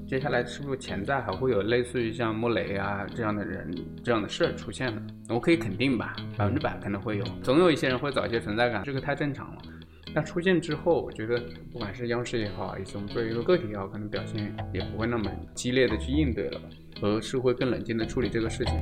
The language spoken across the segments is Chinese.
接下来是不是潜在还会有类似于像穆雷啊这样的人这样的事出现呢？我可以肯定吧，100%可能会有，总有一些人会找一些存在感，这个太正常了。但出现之后，我觉得不管是央视也好，还是我们作为一个个体也好，可能表现也不会那么激烈的去应对了吧，而是会更冷静的处理这个事情。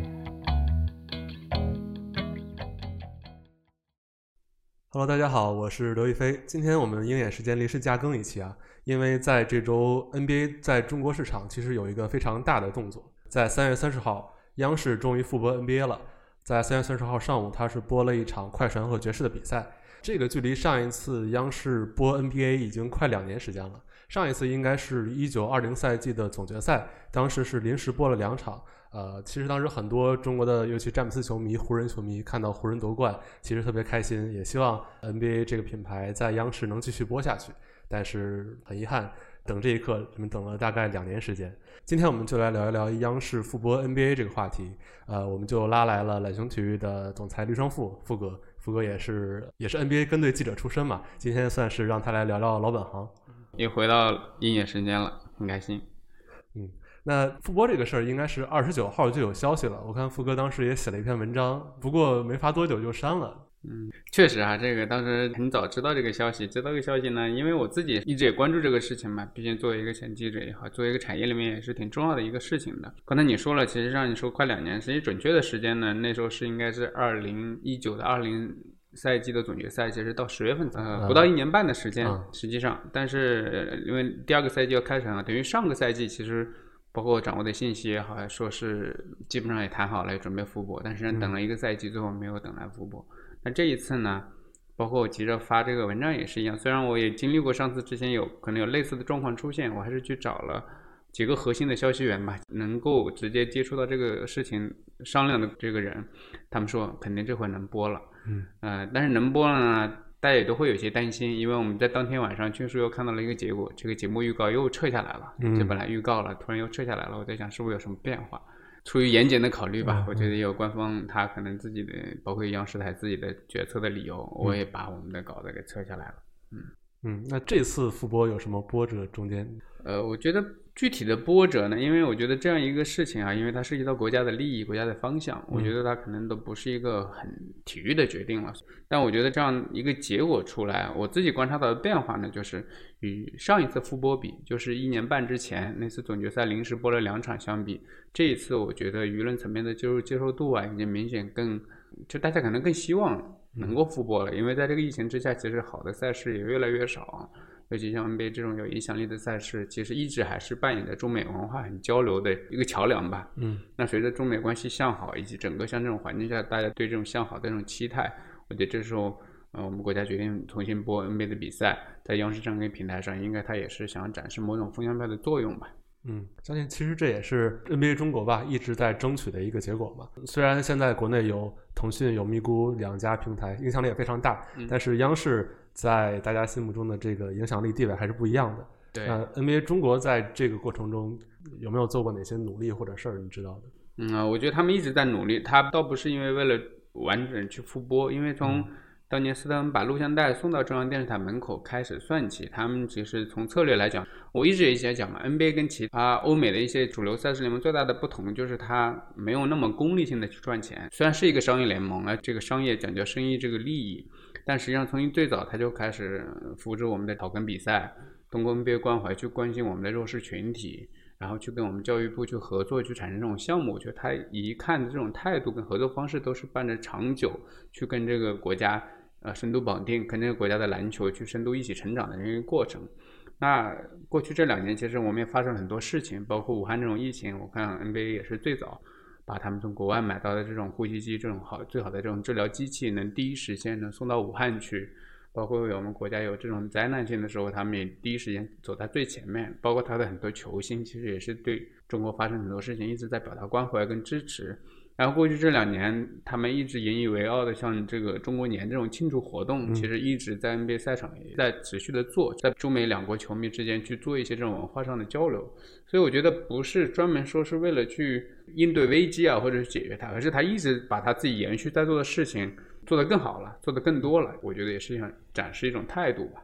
Hello， 大家好，我是刘亦菲。今天我们鹰眼时间临时加更一期啊，因为在这周 NBA 在中国市场其实有一个非常大的动作，在3月30号，央视终于复播 NBA 了。在3月30号上午，它是播了一场快船和爵士的比赛。这个距离上一次央视播 NBA 已经快2年时间了。上一次应该是19-20赛季的总决赛，当时是临时播了2场。其实当时很多中国的，尤其詹姆斯球迷、湖人球迷看到湖人夺冠，其实特别开心，也希望 NBA 这个品牌在央视能继续播下去。但是很遗憾，等这一刻我们等了大概2年时间。今天我们就来聊一聊央视复播 NBA 这个话题。我们就拉来了懒熊体育的总裁吕双富哥，富哥也是 NBA 跟队记者出身嘛，今天算是让他来聊聊老本行。 又回到鹰眼时间了，很开心。 那复播这个事儿应该是29号就有消息了，我看富哥当时也写了一篇文章，不过没发多久就删了。 确实啊，这个当时很早知道这个消息，呢，因为我自己一直也关注这个事情嘛，毕竟作为一个前记者也好，作为一个产业里面也是挺重要的一个事情的。刚才你说了，其实让你说快2年，实际准确的时间呢，那时候是应该是2019的20赛季的总决赛，其实到10月份不到1年半的时间，实际上，但是因为第2个赛季要开始了，等于上个赛季其实包括掌握的信息也好，还说是基本上也谈好了，准备复播，但是等了1个赛季，最后没有等来复播。那这一次呢，包括我急着发这个文章也是一样，虽然我也经历过上次之前可能有类似的状况出现，我还是去找了几个核心的消息源吧，能够直接接触到这个事情商量的这个人，他们说肯定这回能播了。但是能播了呢，大家也都会有些担心，因为我们在当天晚上迅速又看到了一个结果，这个节目预告又撤下来了，就本来预告了，突然又撤下来了，我在想是不是有什么变化。出于严谨的考虑吧，我觉得也有官方他可能自己的，包括央视台自己的决策的理由，我也把我们的稿子给撤下来了。 那这次复播有什么波折中间？ 我觉得具体的波折呢，因为我觉得这样一个事情啊，因为它涉及到国家的利益、国家的方向，我觉得它可能都不是一个很体育的决定了。但我觉得这样一个结果出来，我自己观察到的变化呢，就是与上一次复播比，就是1年半之前那次总决赛临时播了2场相比，这一次我觉得舆论层面的接受度啊，已经明显就大家可能更希望能够复播了，因为在这个疫情之下，其实好的赛事也越来越少。尤其像 NBA 这种有影响力的赛事，其实一直还是扮演着中美文化很交流的一个桥梁吧。那随着中美关系向好，以及整个像这种环境下，大家对这种向好的这种期待，我觉得这时候，我们国家决定重新播 NBA 的比赛，在央视这样一个平台上，应该它也是想展示某种风向标的作用吧。 相信其实这也是 NBA 中国吧一直在争取的一个结果嘛。虽然现在国内有腾讯有咪咕2家平台，影响力也非常大，但是央视在大家心目中的这个影响力地位还是不一样的。 对 ，NBA 中国在这个过程中有没有做过哪些努力或者事儿？你知道的？ 我觉得他们一直在努力，他倒不是因为为了完整去复播，因为从当年斯特恩把录像带送到中央电视台门口开始算起，他们其实从策略来讲，我一直也在讲嘛 ，NBA 跟其他欧美的一些主流赛事联盟最大的不同就是它没有那么功利性的去赚钱，虽然是一个商业联盟啊，这个商业讲究生意这个利益，但实际上从最早它就开始扶持我们的草根比赛，通过 NBA 关怀去关心我们的弱势群体，然后去跟我们教育部去合作，去产生这种项目。我觉得他一看的这种态度跟合作方式都是伴着长久去跟这个国家深度绑定，跟这个国家的篮球去深度一起成长的一个过程。那过去这2年其实我们也发生了很多事情，包括武汉这种疫情，我看 NBA 也是最早把他们从国外买到的这种呼吸机，这种最好的这种治疗机器能第一时间能送到武汉去，包括我们国家有这种灾难性的时候，他们也第一时间走在最前面，包括他的很多球星其实也是对中国发生很多事情一直在表达关怀跟支持。然后过去这2年他们一直引以为傲的像这个中国年这种庆祝活动，其实一直在 NBA 赛场也在持续的做，在中美2国球迷之间去做一些这种文化上的交流。所以我觉得不是专门说是为了去应对危机啊，或者是解决它，而是他一直把他自己延续在做的事情做得更好了，做得更多了，我觉得也是想展示一种态度吧。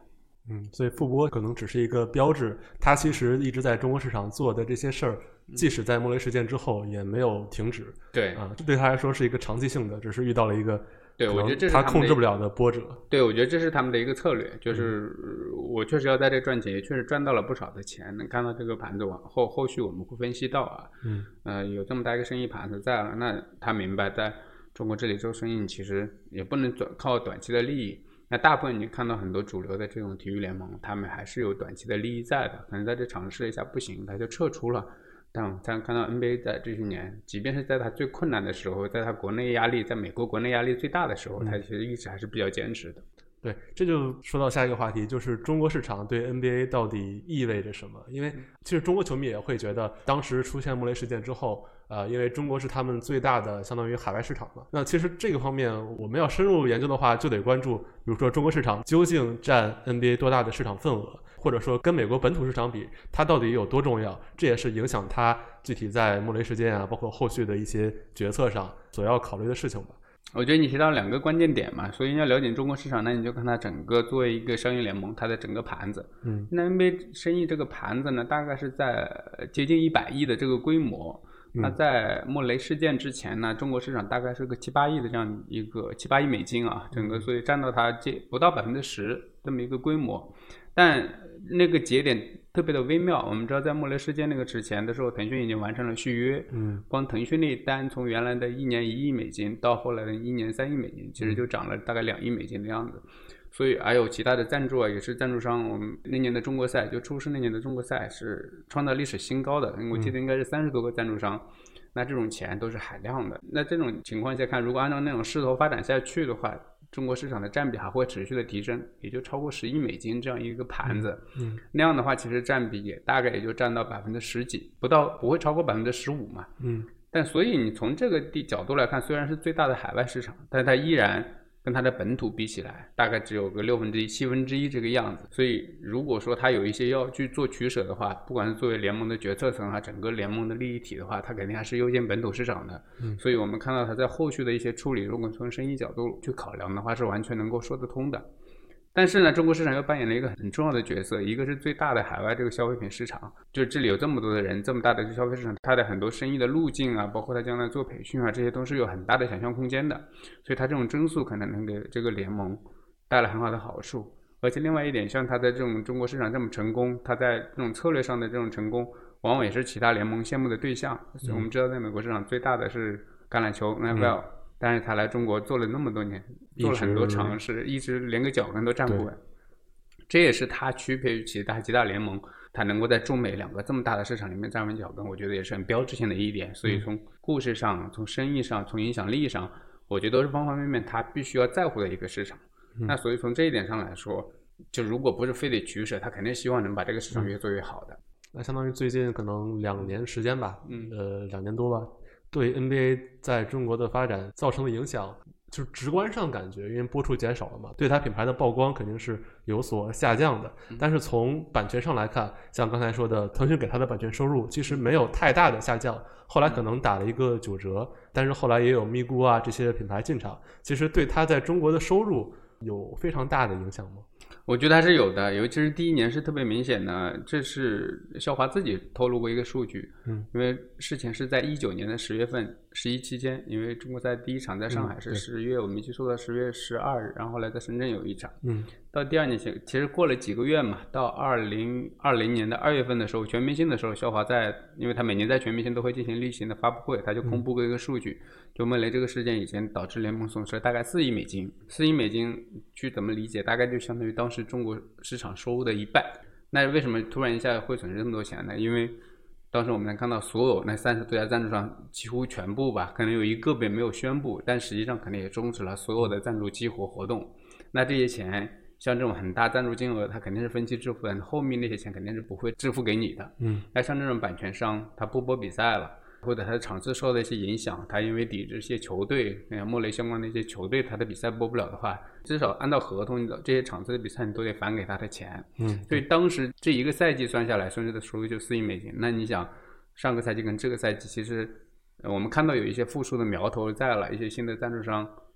所以复播可能只是一个标志，它其实一直在中国市场做的这些事儿，即使在莫雷事件之后也没有停止。 对这对他来说是一个长期性的，只是遇到了一个对，我觉得这是他控制不了的波折。 对，我觉得这是他们的一个策略，就是我确实要在这赚钱，也确实赚到了不少的钱。能看到这个盘子往后续我们会分析到有这么大一个生意盘子在了，那他明白在中国这里做生意其实也不能靠短期的利益。那大部分你看到很多主流的这种体育联盟，他们还是有短期的利益在的，可能在这尝试一下不行，他就撤出了。但咱看到 NBA 在这些年，即便是在他最困难的时候，在他国内压力，在美国国内压力最大的时候，他其实一直还是比较坚持的。 对，这就说到下一个话题，就是中国市场对 NBA 到底意味着什么？因为其实中国球迷也会觉得，当时出现莫雷事件之后，因为中国是他们最大的相当于海外市场嘛，那其实这个方面我们要深入研究的话，就得关注，比如说中国市场究竟占 NBA 多大的市场份额，或者说跟美国本土市场比，它到底有多重要？这也是影响它具体在莫雷事件包括后续的一些决策上所要考虑的事情吧。 我觉得你提到2个关键点嘛，所以要了解中国市场，那你就看它整个作为一个商业联盟，它的整个盘子。那 NBA 生意这个盘子呢，大概是在接近100亿的这个规模。那在莫雷事件之前呢，中国市场大概是个7、8亿的这样一个7、8亿美金整个，所以占到它不到10%这么一个规模。但那个节点特别的微妙，我们知道在莫雷事件那个之前的时候，腾讯已经完成了续约，光腾讯那一单从原来的1年1亿美金到后来的1年3亿美金，其实就涨了大概2亿美金的样子。所以还有其他的赞助也是赞助商，我们那年的中国赛就出事那年的中国赛是创造历史新高的，我记得应该是30多个赞助商，那这种钱都是海量的。那这种情况下看，如果按照那种势头发展下去的话，中国市场的占比还会持续的提升，也就超过10亿美金这样一个盘子。那样的话其实占比也大概也就占到10%几，不会超过15%嘛。但所以你从这个角度来看，虽然是最大的海外市场，但它依然跟它的本土比起来大概只有个1/6、1/7这个样子。所以如果说它有一些要去做取舍的话，不管是作为联盟的决策层整个联盟的利益体的话，它肯定还是优先本土市场的。所以我们看到它在后续的一些处理，如果从生意角度去考量的话，是完全能够说得通的。但是呢，中国市场又扮演了一个很重要的角色，一个是最大的海外这个消费品市场，就是这里有这么多的人，这么大的消费市场，它的很多生意的路径包括它将来做培训这些都是有很大的想象空间的，所以它这种增速可能能给这个联盟带来很好的好处。而且另外一点，像它在这种中国市场这么成功，它在这种策略上的这种成功，往往也是其他联盟羡慕的对象。所以我们知道在美国市场最大的是橄榄球 NFL，但是他来中国做了那么多年，做了很多尝试，一直连个脚跟都站不稳。这也是他区别于其他几大联盟，他能够在中美2个这么大的市场里面站稳脚跟，我觉得也是很标志性的一点。所以从故事上、从生意上、从影响力上，我觉得都是方方面面他必须要在乎的一个市场。那所以从这一点上来说，就如果不是非得取舍，他肯定希望能把这个市场越做越好的。 那相当于最近可能2年时间吧，2年多吧，对 NBA 在中国的发展造成的影响，就是直观上感觉，因为播出减少了嘛，对它品牌的曝光肯定是有所下降的。但是从版权上来看，像刚才说的，腾讯给它的版权收入其实没有太大的下降，后来可能打了一个9折，但是后来也有咪咕这些品牌进场，其实对它在中国的收入有非常大的影响吗？ 我觉得还是有的，尤其是第1年是特别明显的。这是肖华自己透露过一个数据，因为事情是在19年的10月份11期间，因为中国赛第1场在上海是10月，我没记错的10月12日，然后后来在深圳有一场。到第2年其实过了几个月嘛，到2020年的2月份的时候，全明星的时候，肖华因为他每年在全明星都会进行例行的发布会，他就公布过一个数据，就莫雷这个事件以前导致联盟损失大概4亿美金，4亿美金去怎么理解，大概就相当于当时中国市场收入的1半。那为什么突然一下会损失这么多钱呢？因为当时我们能看到所有那30多家赞助商几乎全部吧，可能有一个别没有宣布，但实际上可能也终止了所有的赞助激活活动。那这些钱像这种很大赞助金额，它肯定是分期支付的，后面那些钱肯定是不会支付给你的。那像这种版权商，他不播比赛了，或者他的场次受到一些影响，他因为抵制一些球队，莫雷相关的一些球队，他的比赛播不了的话，至少按照合同这些场次的比赛你都得返给他的钱。所以当时这一个赛季算下来，损失的收入就4亿美金。那你想，上个赛季跟这个赛季，其实我们看到有一些复苏的苗头在了，一些新的赞助商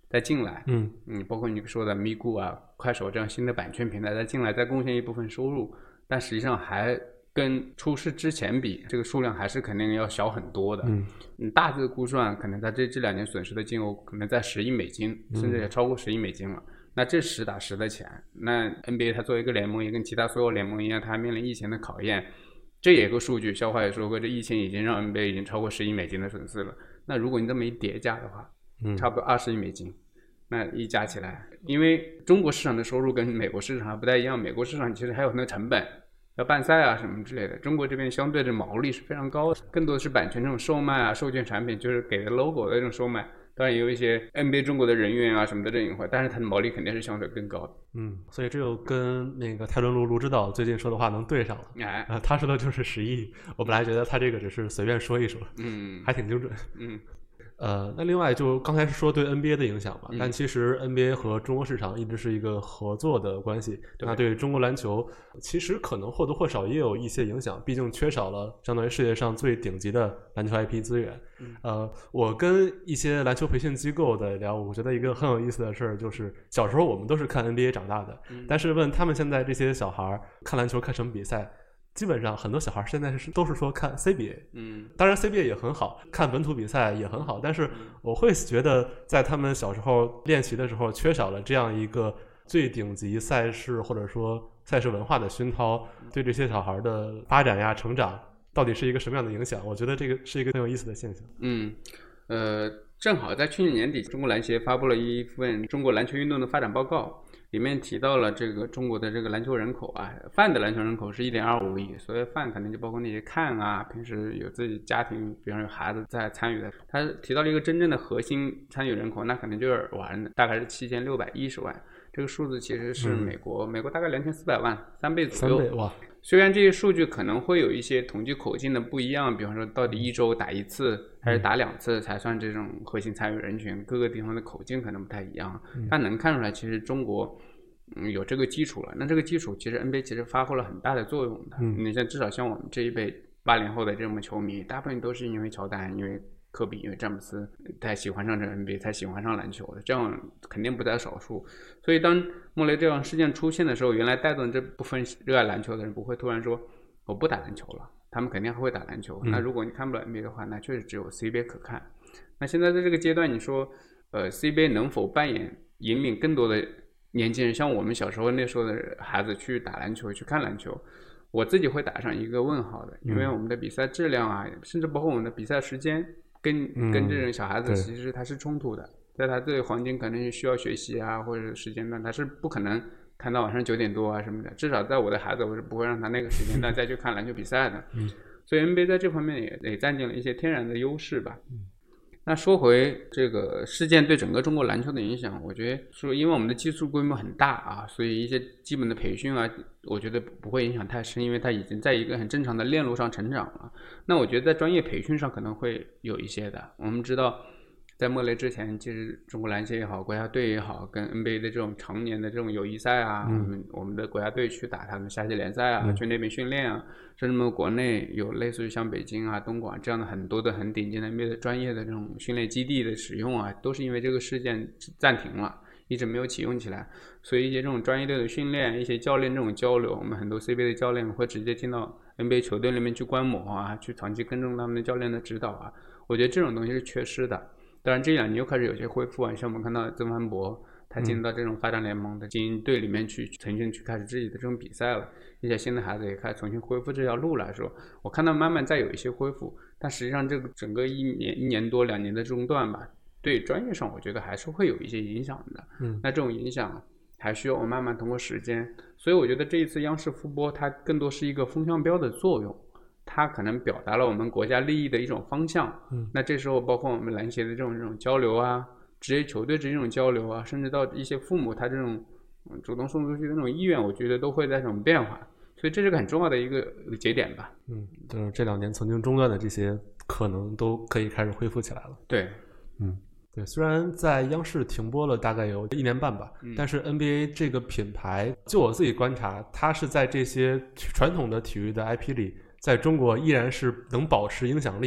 再进来，包括你说的咪咕啊、快手这样新的版权平台再进来，再贡献一部分收入，但实际上还跟出事之前比，这个数量还是肯定要小很多的。大致估算，可能在这2年损失的金额可能在10亿美金，甚至也超过10亿美金了。那这实打实的钱，那 NBA 它作为一个联盟，也跟其他所有联盟一样，它还面临疫情的考验。这也有个数据，肖华也说过，这疫情已经让 NBA 已经超过10亿美金的损失了。那如果你这么一叠加的话，差不多20亿美金。那一加起来，因为中国市场的收入跟美国市场还不太一样，美国市场其实还有很多成本，要办赛啊什么之类的，中国这边相对的毛利是非常高的，更多的是版权这种售卖啊，授权产品就是给的 logo 的这种售卖，当然也有一些 NBA 中国的人员啊什么的这一块，但是它的毛利肯定是相对更高的。 所以这就跟那个泰伦卢指导最近说的话能对上了。他说的就是10亿，我本来觉得他这个只是随便说一说，还挺精准。那另外就刚才是说对 NBA 的影响嘛，但其实 NBA 和中国市场一直是一个合作的关系，那对中国篮球其实可能或多或少也有一些影响，毕竟缺少了相当于世界上最顶级的篮球 IP 资源。我跟一些篮球培训机构的聊，我觉得一个很有意思的事儿就是，小时候我们都是看 NBA 长大的，但是问他们现在这些小孩看篮球看什么比赛，基本上很多小孩现在都是说看 CBA， 当然 CBA 也很好，看本土比赛也很好，但是我会觉得在他们小时候练习的时候缺少了这样一个最顶级赛事或者说赛事文化的熏陶，对这些小孩的发展呀成长到底是一个什么样的影响，我觉得这个是一个很有意思的现象。 正好在去年年底，中国篮协发布了一份中国篮球运动的发展报告，里面提到了这个中国的这个篮球人口啊，泛的篮球人口是 1.25 亿，所谓泛可能就包括那些看啊，平时有自己家庭，比方有孩子在参与的。他提到了一个真正的核心参与人口，那可能就是玩的，大概是7610万，这个数字其实是美国大概2400万，3倍左右。 哇！ 虽然这些数据可能会有一些统计口径的不一样，比方说到底1周打1次还是打2次才算这种核心参与人群，各个地方的口径可能不太一样，但能看出来其实中国有这个基础了。那这个基础其实 NBA 其实发挥了很大的作用的。你像至少像我们这一辈80后的这种球迷，大部分都是因为乔丹，因为科比，因为詹姆斯才喜欢上这 NBA， 才喜欢上篮球的，这样肯定不在少数。所以当莫雷这样事件出现的时候，原来带动这部分热爱篮球的人不会突然说我不打篮球了，他们肯定还会打篮球。那如果你看不了 NBA 的话，那确实只有 CBA 可看。那现在在这个阶段，你说CBA 能否扮演引领更多的年轻人，像我们小时候那时候的孩子去打篮球去看篮球，我自己会打上一个问号的，因为我们的比赛质量啊，甚至包括我们的比赛时间跟这种小孩子其实它是冲突的，在他这个环境可能需要学习啊，或者时间段他是不可能看到晚上9点多啊什么的，至少在我的孩子我是不会让他那个时间段再去看篮球比赛的。所以 NBA 在这方面也占尽了一些天然的优势吧。那说回这个事件对整个中国篮球的影响，我觉得说因为我们的基数规模很大啊，所以一些基本的培训啊，我觉得不会影响太深，因为它已经在一个很正常的链路上成长了。那我觉得在专业培训上可能会有一些的。我们知道在莫雷之前，其实中国篮协也好，国家队也好，跟 NBA 的这种常年的这种友谊赛啊，我们的国家队去打他们夏季联赛啊，去那边训练啊，甚至国内有类似于像北京啊、东莞这样的很多的很顶尖的 NBA 的专业的这种训练基地的使用啊，都是因为这个事件暂停了，一直没有启用起来。所以一些这种专业队的训练，一些教练这种交流，我们很多 CBA 的教练会直接进到 NBA 球队里面去观摩啊，去长期跟踪他们的教练的指导啊，我觉得这种东西是缺失的。当然这2年又开始有些恢复啊，像我们看到曾凡博他进到这种发展联盟的精英队里面去，重新去开始自己的这种比赛了，一些新的孩子也开始重新恢复这条路来说，我看到慢慢再有一些恢复，但实际上这个整个1年多2年的中断吧，对专业上我觉得还是会有一些影响的。那这种影响还需要我慢慢通过时间，所以我觉得这一次央视复播它更多是一个风向标的作用，它可能表达了我们国家利益的一种方向。那这时候包括我们篮协的这种交流啊，职业球队这种交流啊，甚至到一些父母他这种主动送出去的那种意愿，我觉得都会在这种变化，所以这是个很重要的一个节点吧。 就是这2年曾经中断的这些可能都可以开始恢复起来了。 对， 对，虽然在央视停播了大概有1年半吧，但是 NBA 这个品牌，就我自己观察，它是在这些传统的体育的 IP 里，在中国依然是能保持影响力的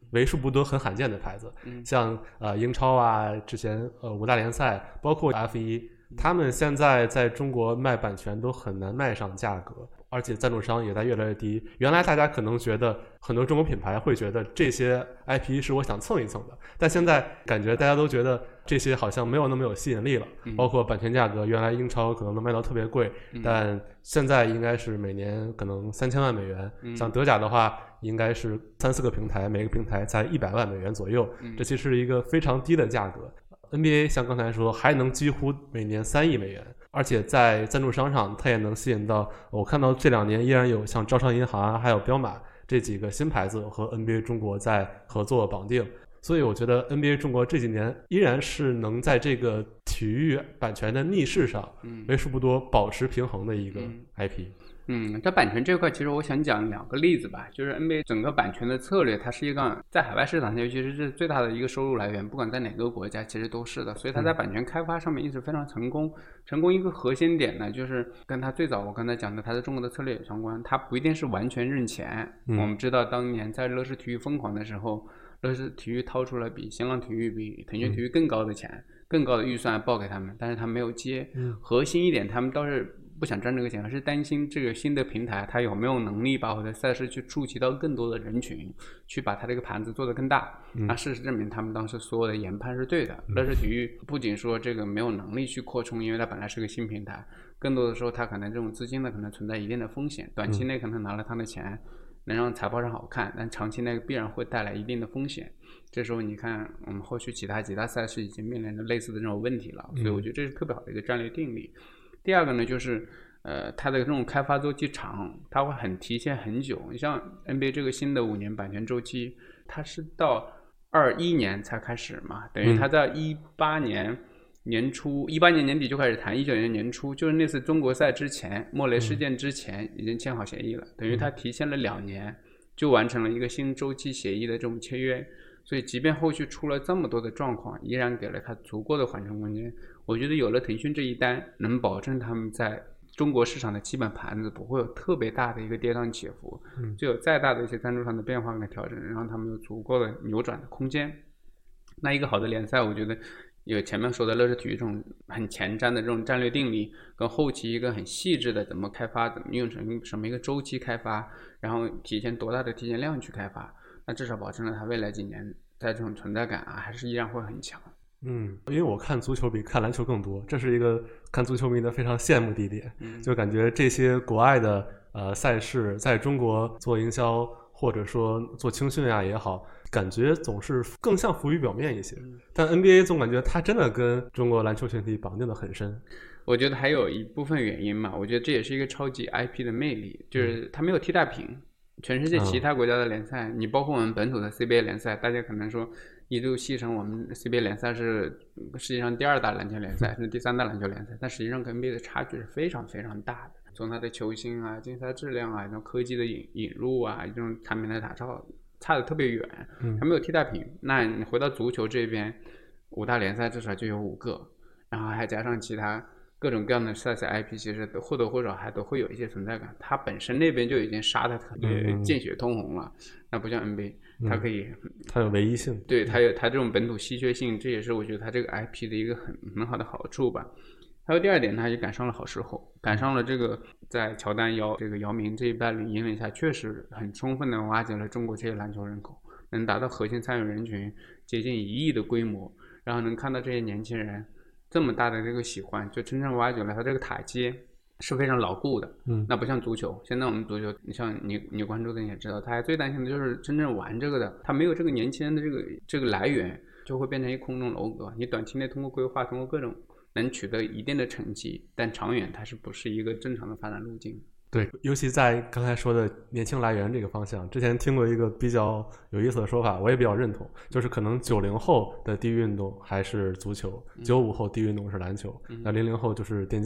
为数不多很罕见的牌子，像英超啊，之前5大联赛，包括 F1，他们现在在中国卖版权都很难卖上价格，而且赞助商也在越来越低。原来大家可能觉得很多中国品牌会觉得这些 IP 是我想蹭一蹭的，但现在感觉大家都觉得这些好像没有那么有吸引力了。包括版权价格，原来英超可能能卖到特别贵，但现在应该是每年可能3000万美元。像德甲的话，应该是3-4个平台，每个平台才100万美元左右，这其实是一个非常低的价格。NBA 像刚才说还能几乎每年3亿美元，而且在赞助商上它也能吸引到，我看到这2年依然有像招商银行还有彪马这几个新牌子和 NBA 中国在合作绑定，所以我觉得 NBA 中国这几年依然是能在这个体育版权的逆势上为数不多保持平衡的一个 IP。 在版权这块，其实我想讲2个例子吧。就是 NBA 整个版权的策略，它是一个在海外市场上，尤其是是最大的一个收入来源，不管在哪个国家，其实都是的。所以它在版权开发上面一直非常成功。成功一个核心点呢，就是跟它最早我刚才讲的，它在中国的策略有相关。它不一定是完全认钱。我们知道当年在乐视体育疯狂的时候，乐视体育掏出了比新浪体育、比腾讯体育更高的钱、更高的预算报给他们，但是他没有接。核心一点，他们倒是不想赚这个钱，而是担心这个新的平台它有没有能力把我的赛事去触及到更多的人群，去把它这个盘子做得更大。那事实证明他们当时所有的研判是对的。乐视体育不仅说这个没有能力去扩充，因为它本来是个新平台，更多的时候它可能这种资金呢可能存在一定的风险，短期内可能拿了它的钱能让财报上好看，但长期内必然会带来一定的风险。这时候你看我们后续几大赛事已经面临着类似的这种问题了，所以我觉得这是特别好的一个战略定力。第二个呢，就是它的这种开发周期长，它会提前很久。你像 NBA 这个新的5年版权周期，它是到21年才开始嘛，等于它在18年年初、18年年底就开始谈，19年年初，就是那次中国赛之前，莫雷事件之前已经签好协议了，等于它提前了2年就完成了一个新周期协议的这种签约。所以即便后续出了这么多的状况，依然给了他足够的缓冲空间。我觉得有了腾讯这一单，能保证他们在中国市场的基本盘子不会有特别大的一个跌宕起伏，就有再大的一些赞助上的变化跟调整，让他们有足够的扭转的空间。那一个好的联赛，我觉得有前面说的乐视体育这种很前瞻的这种战略定力，跟后期一个很细致的怎么开发，怎么用成什么一个周期开发，然后体现多大的提前量去开发，那至少保证了它未来几年在这种存在感还是依然会很强。 因为我看足球比看篮球更多，这是一个看足球迷的非常羡慕的一点。就感觉这些国外的赛事在中国做营销或者说做青训啊也好，感觉总是更像浮于表面一些。但 NBA 总感觉它真的跟中国篮球群体绑定的很深。 我觉得还有一部分原因嘛，我觉得这也是一个超级 IP 的魅力，就是它没有替代品。全世界其他国家的联赛，你包括我们本土的 CBA 联赛，大家可能说一度戏称我们 CBA 联赛是世界上第2大篮球联赛，甚至第3大篮球联赛，但实际上跟 NBA 的差距是非常非常大的。从它的球星啊、竞赛质量啊、这种科技的引入啊、这种产品的打造，差得特别远，它没有替代品。那你回到足球这边，5大联赛至少就有5个，然后还加上其他各种各样的赛事 IP， 其实或多或少还都会有一些存在感。它本身那边就已经杀得特别见血通红了，那不像 NBA， 它可以， 它有唯一性， 对，它有它这种本土稀缺性，这也是我觉得它这个 IP 的一个很好的好处吧。还有第2点，它也赶上了好时候，赶上了这个在乔丹这个姚明这一代引领下，确实很充分的挖掘了中国这些篮球人口，能达到核心参与人群接近1亿的规模，然后能看到这些年轻人这么大的这个喜欢，就真正挖掘了他这个塔阶是非常牢固的。那不像足球，现在我们足球，你像你关注的你也知道，他还最担心的就是真正玩这个的，他没有这个年轻人的这个来源，就会变成一空中楼阁。你短期内通过规划，通过各种能取得一定的成绩，但长远它是不是一个正常的发展路径。 对，尤其在刚才说的年轻来源这个方向，之前听过一个比较有意思的说法，我也比较认同，就是可能90后的第一运动还是足球，95后第一运动是篮球，那00后就是电竞。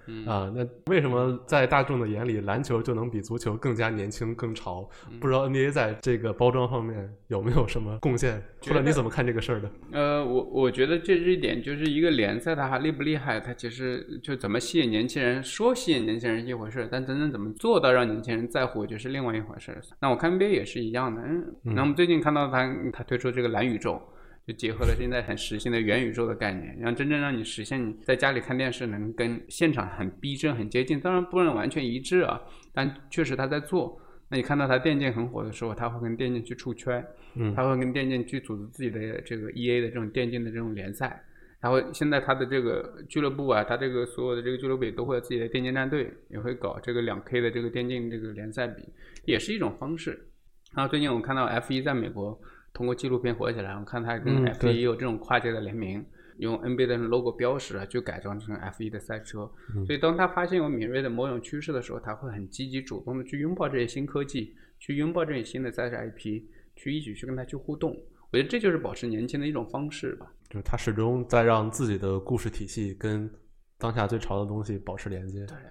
那为什么在大众的眼里，篮球就能比足球更加年轻、更潮？不知道 NBA 在这个包装方面有没有什么贡献，或者你怎么看这个事儿的？ 我觉得这一点就是一个联赛它还厉不厉害，它其实就怎么吸引年轻人，说吸引年轻人是一回事，但真正怎么做到让年轻人在乎就是另外一回事。那我看 NBA 也是一样的，那我们最近看到他推出这个蓝宇宙。就结合了现在很时兴的元宇宙的概念，让真正让你实现你在家里看电视能跟现场很逼真很接近，当然不能完全一致啊，但确实他在做。那你看到他电竞很火的时候，他会跟电竞去出圈，他会跟电竞去组织自己的这个 EA 的这种电竞的这种联赛，然后现在他的这个俱乐部啊，他这个所有的这个俱乐部也都会有自己的电竞战队，也会搞这个2K 的这个电竞这个联赛比，也是一种方式。然后最近我看到 F1 在美国通过纪录片火起来，我看他跟 F1 也有这种跨界的联名，用 NBA 的 logo 标识啊，就改装成 F1 的赛车。所以当他发现有敏锐的某种趋势的时候，他会很积极主动的去拥抱这些新科技，去拥抱这些新的赛事 IP， 去一起去跟他去互动。我觉得这就是保持年轻的一种方式吧。 就是他始终在让自己的故事体系跟当下最潮的东西保持连接。 对。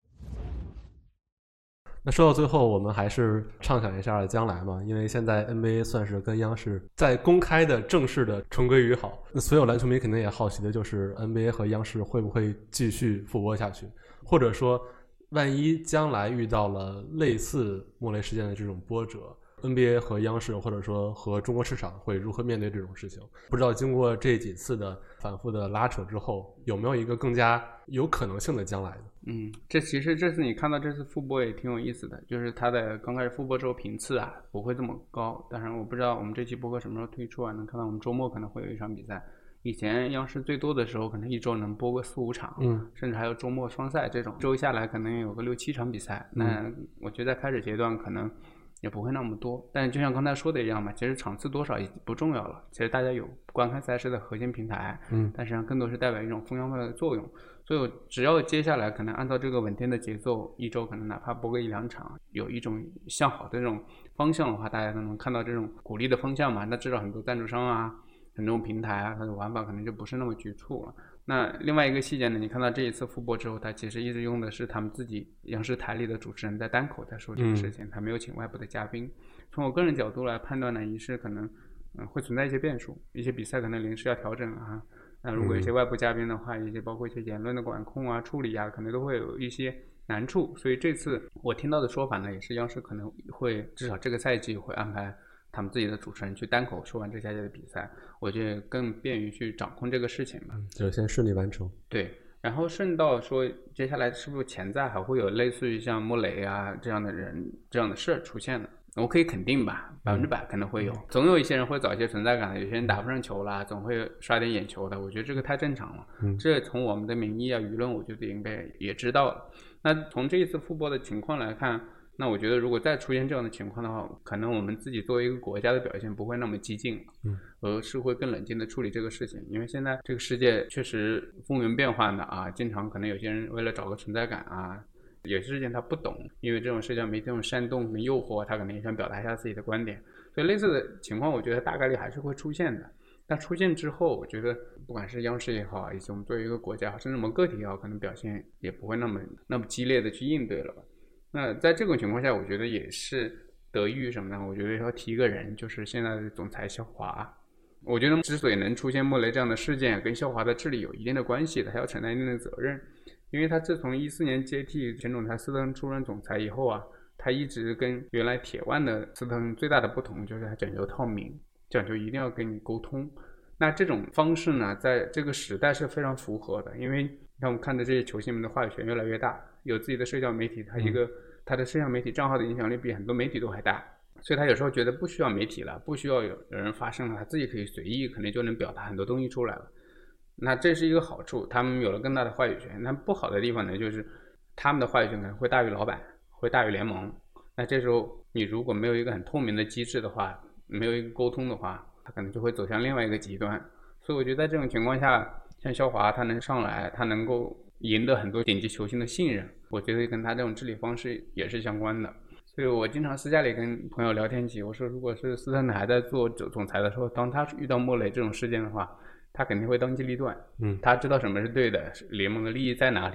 那说到最后，我们还是畅想一下将来嘛，因为现在 NBA 算是跟央视在公开的正式的重归于好。那所有篮球迷肯定也好奇的就是 NBA 和央视会不会继续复播下去，或者说万一将来遇到了类似莫雷事件的这种波折， NBA 和央视或者说和中国市场会如何面对这种事情。不知道经过这几次的反复的拉扯之后，有没有一个更加有可能性的将来呢？ 这其实这次你看到这次复播也挺有意思的，就是它的刚开始复播之后频次啊不会这么高，当然我不知道我们这期播客什么时候推出啊，能看到我们周末可能会有一场比赛。以前央视最多的时候可能一周能播个4-5场，甚至还有周末双赛这种，周下来可能有个6-7场比赛。那我觉得在开始阶段可能也不会那么多，但就像刚才说的一样嘛，其实场次多少也不重要了，其实大家有观看赛事的核心平台，但实际上更多是代表一种风向标的作用。所以只要接下来可能按照这个稳定的节奏，一周可能哪怕播个1-2场，有一种向好的这种方向的话，大家都能看到这种鼓励的风向嘛。那至少很多赞助商啊，很多平台啊，它的玩法可能就不是那么局促了。那另外一个细节呢，你看到这一次复播之后，它其实一直用的是他们自己央视台里的主持人在单口在说这个事情，他没有请外部的嘉宾。从我个人角度来判断呢，一是可能会存在一些变数，一些比赛可能临时要调整啊。那如果有些外部嘉宾的话，一些包括一些言论的管控啊、处理啊，可能都会有一些难处。所以这次我听到的说法呢，也是央视可能会至少这个赛季会安排他们自己的主持人去单口说完这下届的比赛，我觉得更便于去掌控这个事情吧。 就先顺利完成。 对，然后顺道说，接下来是不是潜在还会有类似于像莫雷啊这样的人这样的事出现呢？我可以肯定吧，100%可能会有，总有一些人会找一些存在感的，有些人打不上球啦，总会刷点眼球的，我觉得这个太正常了。这从我们的民意啊、舆论，我觉得应该也知道了。那从这一次复播的情况来看，那我觉得如果再出现这样的情况的话，可能我们自己作为一个国家的表现不会那么激进，而是会更冷静的处理这个事情。因为现在这个世界确实风云变幻的啊，经常可能有些人为了找个存在感啊，有些事情他不懂，因为这种社交媒体这种煽动跟诱惑，他可能也想表达一下自己的观点，所以类似的情况我觉得大概率还是会出现的。但出现之后，我觉得不管是央视也好，以及我们作为一个国家甚至我们个体也好，可能表现也不会那么激烈的去应对了吧。那在这种情况下，我觉得也是得益于什么呢？我觉得要提一个人，就是现在的总裁肖华。我觉得之所以能出现莫雷这样的事件，跟肖华的治理有一定的关系的，他要承担一定的责任。因为他自从14年接替前总裁斯登出任总裁以后啊，他一直跟原来铁腕的斯登最大的不同就是他讲究透明，讲究一定要跟你沟通。那这种方式呢，在这个时代是非常符合的，因为让我们看到这些球星们的话语权越来越大，有自己的社交媒体，他的社交媒体账号的影响力比很多媒体都还大，所以他有时候觉得不需要媒体了，不需要有人发声了，他自己可以随意可能就能表达很多东西出来了。那这是一个好处，他们有了更大的话语权。那不好的地方呢，就是他们的话语权可能会大于老板，会大于联盟。那这时候你如果没有一个很透明的机制的话，没有一个沟通的话，他可能就会走向另外一个极端。所以我觉得在这种情况下，像肖华他能上来，他能够赢得很多顶级球星的信任，我觉得跟他这种治理方式也是相关的。所以我经常私下里跟朋友聊天起，我说如果是斯特纳还在做总裁的时候，当他遇到莫雷这种事件的话，他肯定会当机立断，他知道什么是对的，联盟的利益在哪里。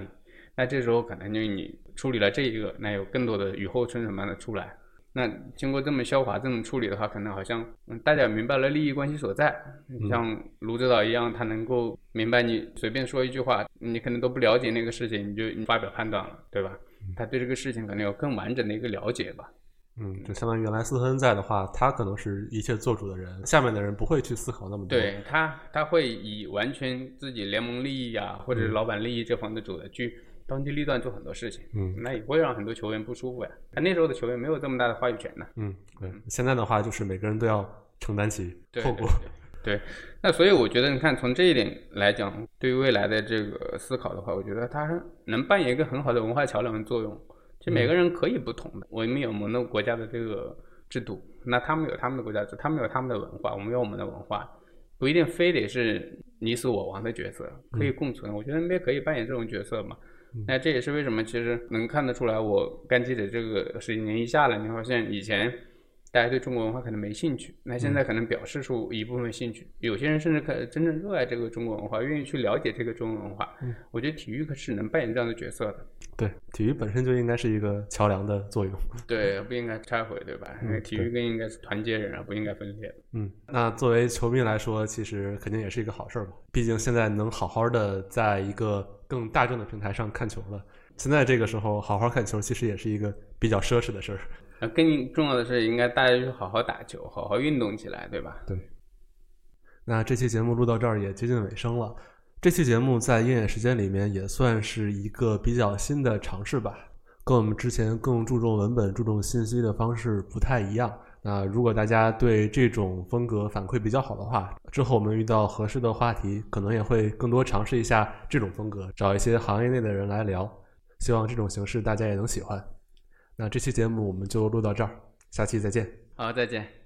那这时候可能就你处理了这一个，那有更多的雨后春笋般的出来。那经过这么消化这么处理的话，可能好像大家明白了利益关系所在。像卢指导一样，他能够明白你随便说一句话，你可能都不了解那个事情，你发表判断了，对吧？他对这个事情可能有更完整的一个了解吧。 就相当于原来斯科恩在的话，他可能是一切做主的人，下面的人不会去思考那么多。 对，他会以完全自己联盟利益啊，或者老板利益这方面的主的去当机立断做很多事情。那也会让很多球员不舒服呀。他那时候的球员没有这么大的话语权呢。 对。现在的话就是每个人都要承担起后果。 对，那所以我觉得你看从这一点来讲，对于未来的这个思考的话，我觉得他能扮演一个很好的文化桥梁的作用。其实每个人可以不同的，我们有我们的国家的这个制度，那他们有他们的国家制度，他们有他们的文化，我们有我们的文化，不一定非得是你死我亡的角色，可以共存。我觉得 NBA 可以扮演这种角色嘛。那这也是为什么其实能看得出来，我干记者这个10几年一下来，你发现以前大家对中国文化可能没兴趣，那现在可能表示出一部分兴趣，有些人甚至可能真正热爱这个中国文化，愿意去了解这个中国文化。我觉得体育可是能扮演这样的角色的。 对，体育本身就应该是一个桥梁的作用。 对，不应该拆毁，对吧？体育更应该是团结人，而不应该分裂。 那作为球迷来说，其实肯定也是一个好事吧。毕竟现在能好好的在一个更大众的平台上看球了。现在这个时候好好看球，其实也是一个比较奢侈的事儿。 更重要的是，应该大家去好好打球，好好运动起来，对吧？ 对。那这期节目录到这儿也接近尾声了。这期节目在鹰眼时间里面也算是一个比较新的尝试吧，跟我们之前更注重文本、注重信息的方式不太一样。那如果大家对这种风格反馈比较好的话，之后我们遇到合适的话题，可能也会更多尝试一下这种风格，找一些行业内的人来聊。希望这种形式大家也能喜欢。那这期节目我们就录到这儿，下期再见。 好，再见。